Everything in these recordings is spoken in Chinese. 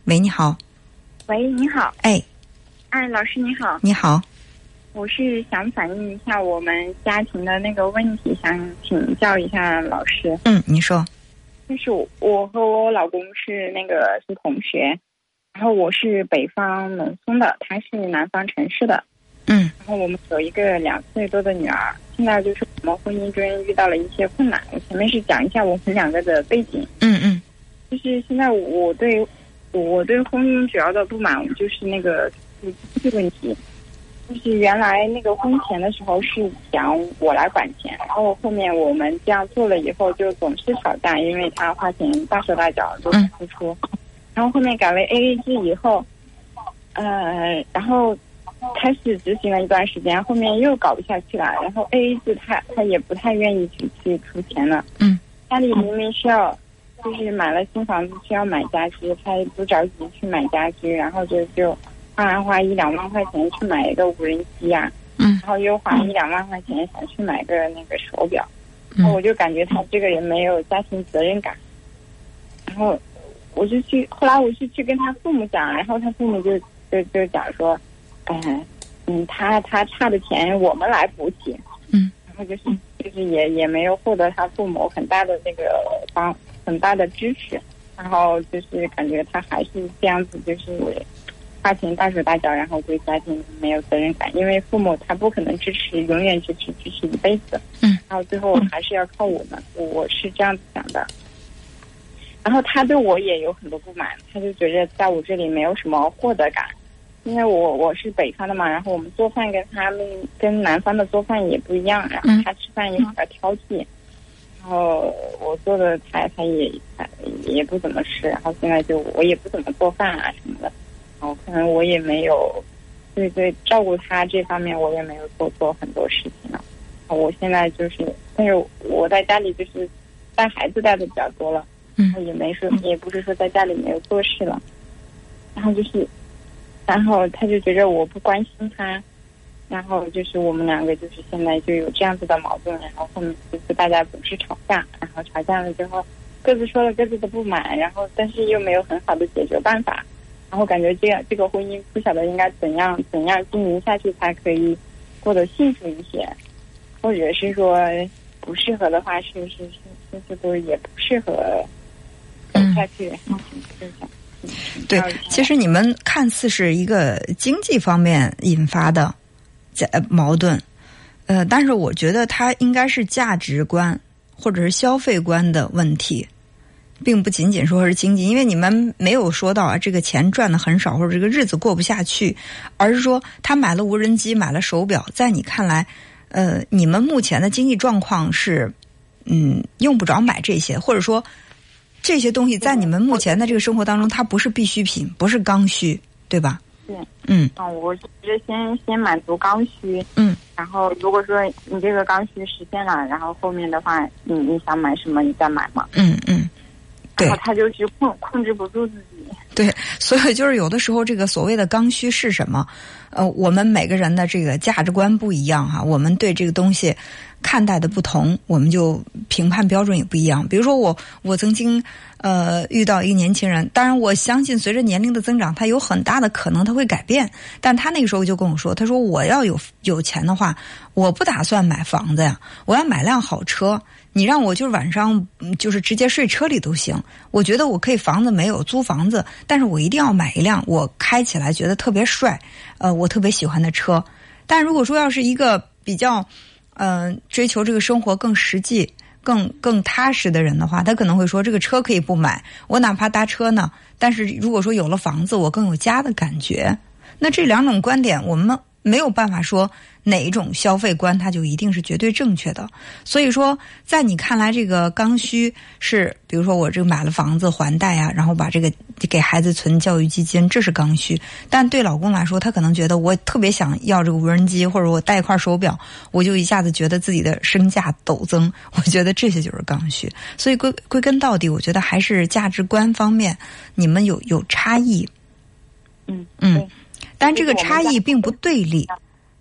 喂，你好。 喂，你好。 哎， 老师你好。 你好。 我是想反映一下我们家庭的那个问题，想请教一下老师。 你说。 就是我和我老公是同学，然后我是北方农村的，他是南方城市的。然后我们有一个2岁多的女儿。现在就是我们婚姻中遇到了一些困难，我前面是讲一下我们2个的背景。就是现在我对婚姻主要的不满就是这个问题。就是原来婚前的时候是想我来管钱，然后后面我们这样做了以后就总是吵架，因为他花钱大手大脚都不付出。然后后面改为 AA 制以后，然后开始执行了一段时间，后面又搞不下去了，然后 AA 制他也不太愿意去出钱了。家里明明需要就是买了新房子需要买家具，他也不着急去买家具，然后就花1-2万块钱去买一个无人机啊，然后又花1-2万块钱想去买个手表。然后我就感觉他这个人没有家庭责任感。然后后来我去跟他父母讲，然后他父母就讲说，他差的钱我们来补齐。然后就是也没有获得他父母很大的很大的支持，然后就是感觉他还是这样子，就是花钱大手大脚，然后对家庭没有责任感，因为父母他不可能永远支持一辈子。然后最后还是要靠我们，我是这样子想的。然后他对我也有很多不满，他就觉得在我这里没有什么获得感，因为我是北方的嘛，然后我们做饭跟南方的做饭也不一样，然后他吃饭也比较挑剔，然后我做的他也不怎么吃，然后现在我也不怎么做饭啊什么的，然后可能我也没有对照顾他这方面我也没有做很多事情了。我现在但是我在家里就是带孩子带的比较多了，也不是说在家里没有做事了，然后他就觉得我不关心他，然后就是我们2个就是现在就有这样子的矛盾，然后后面就是大家总是吵架，然后吵架了之后各自说了各自的不满，然后但是又没有很好的解决办法，然后感觉这个婚姻不晓得应该怎样经营下去才可以过得幸福一些，或者是说不适合的话是不是也不适合走下去。 对，其实你们看似是一个经济方面引发的矛盾，但是我觉得它应该是价值观或者是消费观的问题，并不仅仅说是经济，因为你们没有说到这个钱赚的很少或者这个日子过不下去，而是说他买了无人机买了手表，在你看来你们目前的经济状况是用不着买这些，或者说这些东西在你们目前的这个生活当中它不是必需品，不是刚需，对吧？ 对。我是先满足刚需，然后如果说你这个刚需实现了，然后后面的话你想买什么你再买嘛。对。然后他就是控制不住自己。 对，所以就是有的时候这个所谓的刚需是什么？我们每个人的这个价值观不一样哈，我们对这个东西看待的不同，我们就评判标准也不一样。比如说我曾经遇到一个年轻人，当然我相信随着年龄的增长，他有很大的可能他会改变，但他那个时候就跟我说，他说我要有钱的话，我不打算买房子呀，我要买辆好车。你让我就是晚上就是直接睡车里都行，我觉得我可以房子没有租房子，但是我一定要买一辆我开起来觉得特别帅，我特别喜欢的车。但如果说要是一个比较追求这个生活更实际更踏实的人的话，他可能会说这个车可以不买，我哪怕搭车呢，但是如果说有了房子我更有家的感觉。那这2种观点我们没有办法说哪一种消费观它就一定是绝对正确的。所以说在你看来这个刚需是比如说我这个买了房子还贷啊，然后把这个给孩子存教育基金，这是刚需。但对老公来说，他可能觉得我特别想要这个无人机，或者我带一块手表，我就一下子觉得自己的身价陡增，我觉得这些就是刚需。所以归根到底我觉得还是价值观方面你们有差异。但这个差异并不对立，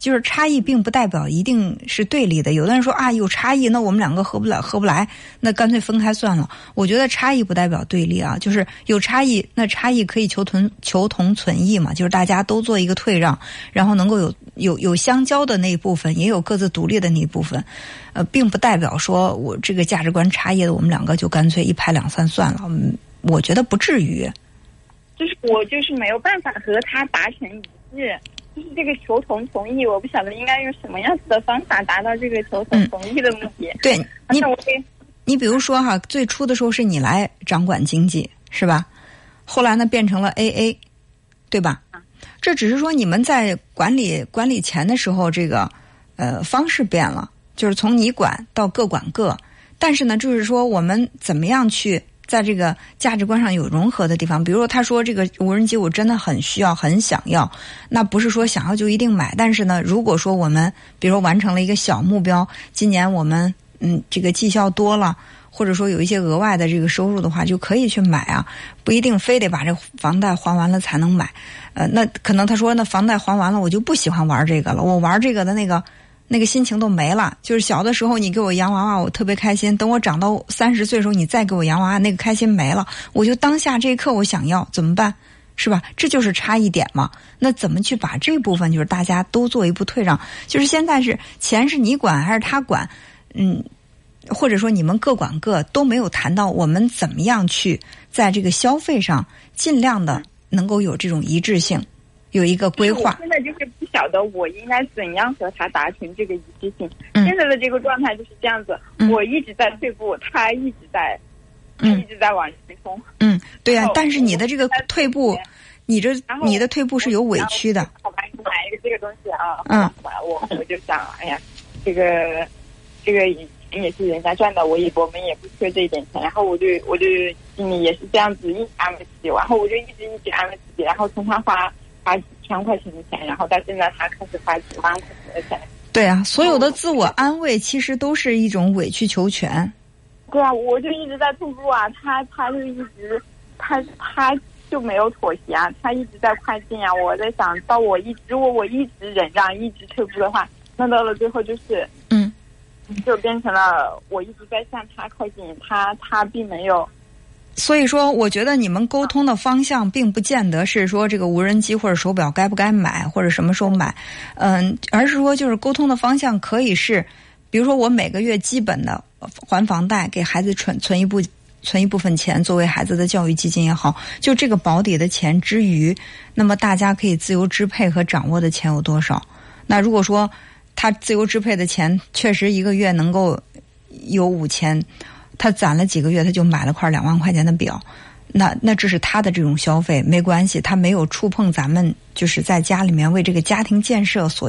就是差异并不代表一定是对立的。有的人说啊，有差异，那我们两个合不来，那干脆分开算了。我觉得差异不代表对立啊，就是有差异，那差异可以求同存异嘛，就是大家都做一个退让，然后能够有相交的那一部分，也有各自独立的那一部分，并不代表说我这个价值观差异的，我们两个就干脆一拍两散算了。我觉得不至于。 就是我就是没有办法和他达成一致。就是这个求同存异，我不晓得应该用什么样子的方法达到这个求同存异的目的。 对你比如说哈，最初的时候是你来掌管经济，是吧？后来呢变成了 AA， 对吧？这只是说你们在管理钱的时候，这个方式变了，就是从你管到各管各。但是呢，就是说我们怎么样去在这个价值观上有融合的地方，比如说他说这个无人机我真的很需要很想要，那不是说想要就一定买，但是呢如果说我们比如说完成了一个小目标，今年我们这个绩效多了，或者说有一些额外的这个收入的话，就可以去买啊，不一定非得把这房贷还完了才能买。那可能他说那房贷还完了我就不喜欢玩这个了，我玩这个的那个心情都没了。就是小的时候你给我洋娃娃我特别开心，等我长到30岁的时候你再给我洋娃娃，那个开心没了，我就当下这一刻我想要怎么办，是吧？这就是差异点嘛。那怎么去把这部分就是大家都做一步退让，就是现在是钱是你管还是他管，或者说你们各管各，都没有谈到我们怎么样去在这个消费上尽量的能够有这种一致性，有一个规划。 现在就是不晓得我应该怎样和他达成这个一致性。现在的这个状态就是这样子，我一直在退步，他一直在往前冲。 对啊，但是你的这个退步，你的退步是有委屈的。 好吧，买一个这个东西啊，我就想，哎呀，这个钱也是人家赚的，我们也不缺这一点钱，然后我就心里也是这样子一直安慰自己，然后我就一直安慰自己，然后从他花几千块钱的钱，然后到现在他开始花几万块钱的钱。对啊，所有的自我安慰其实都是一种委曲求全。 对啊，我就一直在退步啊，他就一直他就没有妥协啊，他一直在快进啊。我在想到我一直忍让，一直退步的话，那到了最后就是就变成了我一直在向他靠近，他并没有。 所以说我觉得你们沟通的方向并不见得是说这个无人机或者手表该不该买或者什么时候买，而是说就是沟通的方向可以是比如说我每个月基本的还房贷，给孩子存一部分钱作为孩子的教育基金也好，就这个保底的钱之余，那么大家可以自由支配和掌握的钱有多少。那如果说他自由支配的钱确实一个月能够有5000，他攒了几个月他就买了块2万块钱的表，那这是他的这种消费，没关系，他没有触碰咱们就是在家里面为这个家庭建设所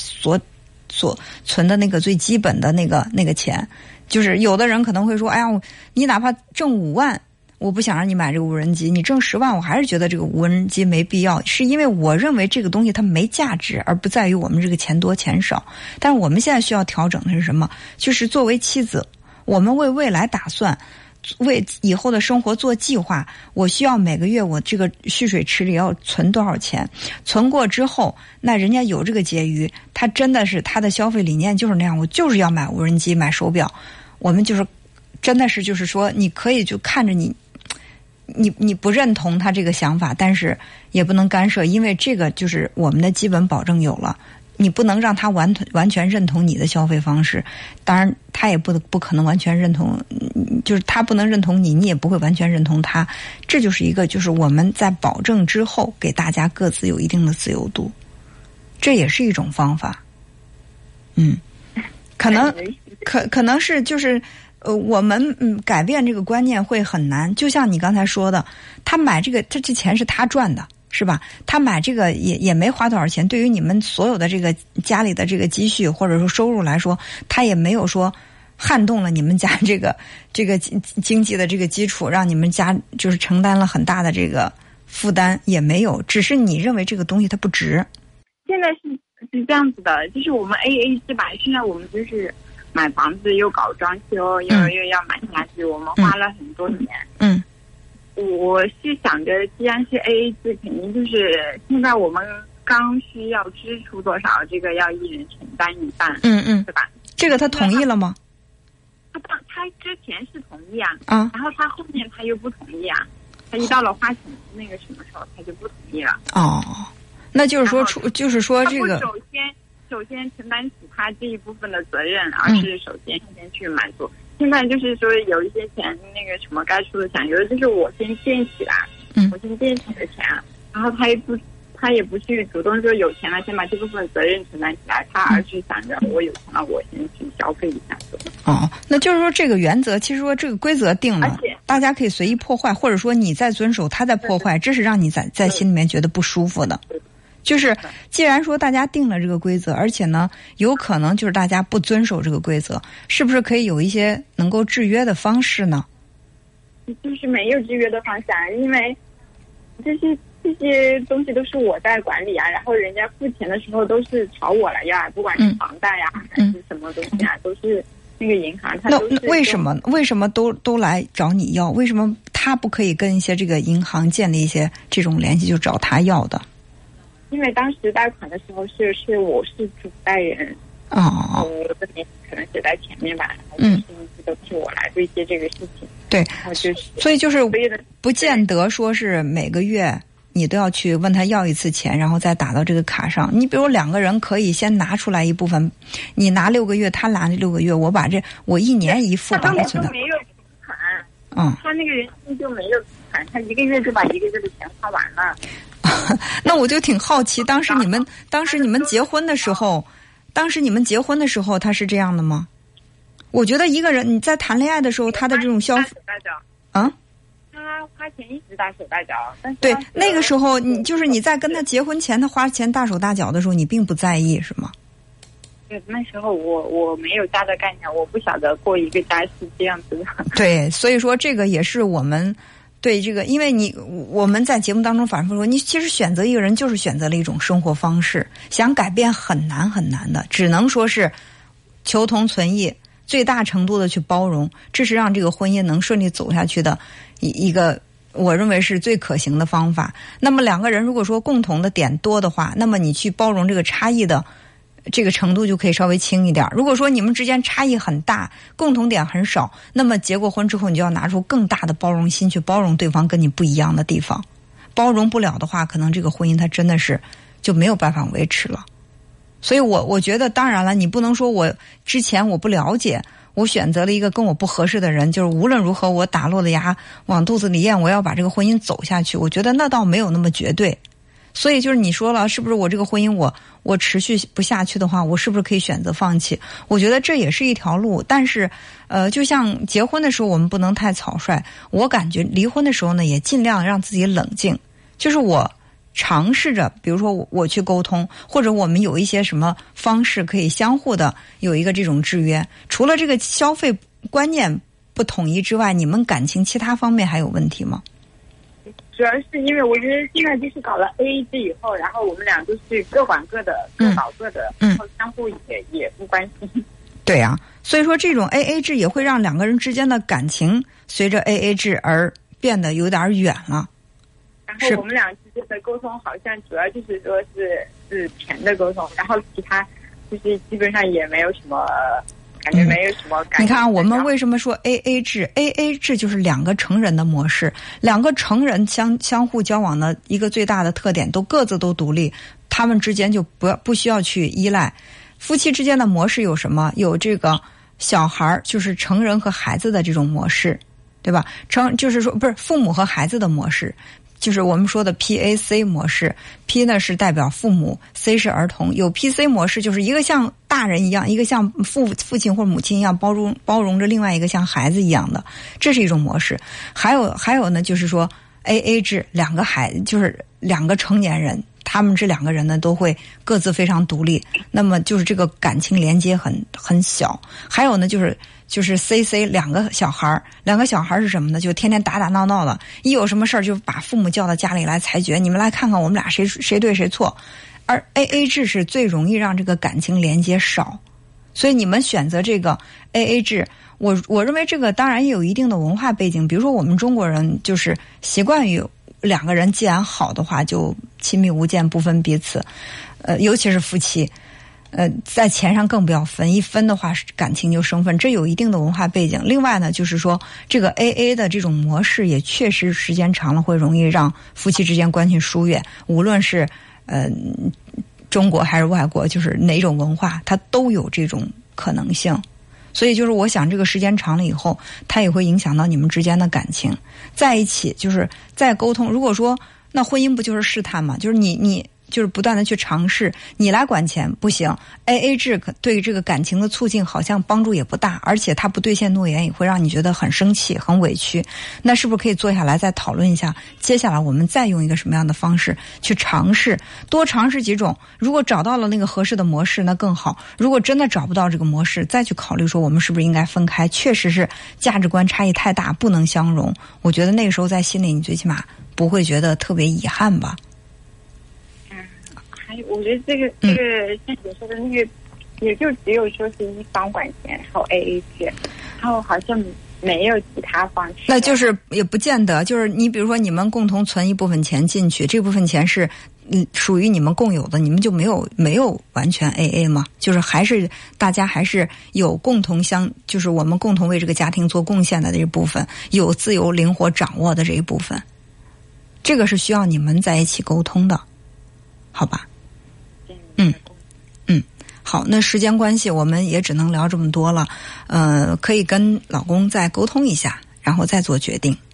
存的那个最基本的那个钱。就是有的人可能会说，哎呀，你哪怕挣5万，我不想让你买这个无人机，你挣10万我还是觉得这个无人机没必要，是因为我认为这个东西它没价值，而不在于我们这个钱多钱少。但是我们现在需要调整的是什么？就是作为妻子，我们为未来打算，为以后的生活做计划，我需要每个月我这个蓄水池里要存多少钱，存过之后，那人家有这个结余，他真的是他的消费理念就是那样，我就是要买无人机买手表，我们就是真的是就是说你可以就看着你不认同他这个想法，但是也不能干涉，因为这个就是我们的基本保证有了，你不能让他完全认同你的消费方式，当然他也不可能完全认同，就是他不能认同你，你也不会完全认同他，这就是一个就是我们在保证之后给大家各自有一定的自由度，这也是一种方法。可能是就是我们改变这个观念会很难，就像你刚才说的，他买这钱是他赚的，是吧？他买这个也没花多少钱，对于你们所有的这个家里的这个积蓄或者说收入来说，他也没有说撼动了你们家这个经济的这个基础，让你们家就是承担了很大的这个负担，也没有，只是你认为这个东西它不值。 现在是这样子的，就是我们 AA 制吧，现在我们就是买房子又搞装修，又要买家具，我们花了很多年。我是想着，既然是 AA 制，肯定就是现在我们刚需要支出多少，这个要一人承担一半，对吧？ 这个他同意了吗？ 他之前是同意啊，然后他后面他又不同意啊，他一到了花钱那个什么时候，他就不同意了。 那就是说这个首先承担起他这一部分的责任，而是首先去满足。现在就是说有一些钱那个什么该出的钱，有的就是我先垫起来，我先垫起的钱，然后他也不去主动说有钱了先把这部分责任承担起来，他而是想着我有钱了我先去消费一下。 那就是说这个原则其实说这个规则定了，大家可以随意破坏，或者说你在遵守他在破坏，这是让你在心里面觉得不舒服的。就是既然说大家定了这个规则，而且呢有可能就是大家不遵守这个规则，是不是可以有一些能够制约的方式呢？ 就是没有制约的方式啊，因为这些东西都是我在管理啊，然后人家付钱的时候都是朝我来要，不管是房贷呀还是什么东西啊，都是那个银行他都是。那为什么都来找你要？为什么他不可以跟一些这个银行建立一些这种联系，就找他要的？ 因为当时贷款的时候是我是主贷人，我的名可能写在前面吧，然后都是我来对接这个事情。 对， 然后所以就是不见得说是每个月你都要去问他要一次钱，然后再打到这个卡上。你比如两个人可以先拿出来一部分，你拿6个月，他拿6个月，我一年一付把它存到。 他没有提款，他那个人就没有提款，他1个月就把1个月的钱花完了。 那我就挺好奇，当时你们结婚的时候，他是这样的吗？我觉得一个人你在谈恋爱的时候，他的这种消费，他花钱一直大手大脚。对，那个时候你在跟他结婚前，他花钱大手大脚的时候，你并不在意是吗？ 对，那时候我没有家的概念，我不晓得过一个家是这样子的。 对，所以说这个也是我们。对这个，因为我们在节目当中反复说，你其实选择一个人就是选择了一种生活方式，想改变很难很难的，只能说是求同存异，最大程度的去包容，这是让这个婚姻能顺利走下去的一个我认为是最可行的方法。那么两个人如果说共同的点多的话，那么你去包容这个差异的这个程度就可以稍微轻一点。如果说你们之间差异很大，共同点很少，那么结过婚之后你就要拿出更大的包容心去包容对方跟你不一样的地方。包容不了的话，可能这个婚姻它真的是就没有办法维持了。所以我觉得当然了，你不能说我之前我不了解，我选择了一个跟我不合适的人，就是无论如何我打落的牙往肚子里咽，我要把这个婚姻走下去，我觉得那倒没有那么绝对。所以就是你说了，是不是我这个婚姻我持续不下去的话，我是不是可以选择放弃？我觉得这也是一条路，但是就像结婚的时候我们不能太草率，我感觉离婚的时候呢也尽量让自己冷静，就是我尝试着比如说我去沟通，或者我们有一些什么方式可以相互的有一个这种制约。除了这个消费观念不统一之外，你们感情其他方面还有问题吗？ 主要是因为我觉得现在就是搞了 AA 制以后，然后我们俩都是各管各的，各搞各的，然后相互也不关心。 对啊，所以说这种 AA 制也会让两个人之间的感情随着 AA 制而变得有点远了。 然后我们俩之间的沟通好像主要就是说是钱的沟通，然后其他就是基本上也没有什么。感觉没有什么感觉。 你看我们为什么说 AA 制 ？AA 制就是两个成人的模式，两个成人相互交往的一个最大的特点，都各自都独立，他们之间就不需要去依赖。夫妻之间的模式有什么？有这个小孩就是成人和孩子的这种模式，对吧？就是说不是父母和孩子的模式。就是我们说的 PAC 模式 ，P 呢是代表父母 ，C 是儿童。有 PC 模式，就是一个像大人一样，一个像父亲或者母亲一样包容着另外一个像孩子一样的，这是一种模式。还有呢，就是说 AA 制，两个孩子就是两个成年人，他们这两个人呢都会各自非常独立，那么就是这个感情连接很小。还有呢就是 CC 两个小孩是什么呢？就天天打闹闹的，一有什么事儿就把父母叫到家里来裁决，你们来看看我们俩谁对谁错。而 AA 制是最容易让这个感情连接少，所以你们选择这个 AA 制，我认为这个当然也有一定的文化背景，比如说我们中国人就是习惯于两个人既然好的话，就亲密无间，不分彼此。尤其是夫妻，在钱上更不要分，一分的话感情就生分，这有一定的文化背景。另外呢，就是说这个 AA 的这种模式也确实时间长了会容易让夫妻之间关系疏远，无论是中国还是外国，就是哪种文化，它都有这种可能性。所以就是我想这个时间长了以后，它也会影响到你们之间的感情。在一起就是再沟通，如果说那婚姻不就是试探吗？就是你就是不断的去尝试，你来管钱不行， AA 制对这个感情的促进好像帮助也不大，而且他不兑现诺言也会让你觉得很生气很委屈。那是不是可以坐下来再讨论一下，接下来我们再用一个什么样的方式去尝试，多尝试几种，如果找到了那个合适的模式那更好，如果真的找不到这个模式，再去考虑说我们是不是应该分开，确实是价值观差异太大不能相容。我觉得那个时候在心里你最起码不会觉得特别遗憾吧。 我觉得这个像你说的那个，也就只有说是一方管钱，然后 AA 制，然后好像没有其他方式。 那就是也不见得，就是你比如说你们共同存一部分钱进去，这部分钱是属于你们共有的，你们就没有完全 AA 吗？就是还是大家还是有共同就是我们共同为这个家庭做贡献的这一部分，有自由灵活掌握的这一部分，这个是需要你们在一起沟通的，好吧？好，那时间关系我们也只能聊这么多了，可以跟老公再沟通一下，然后再做决定。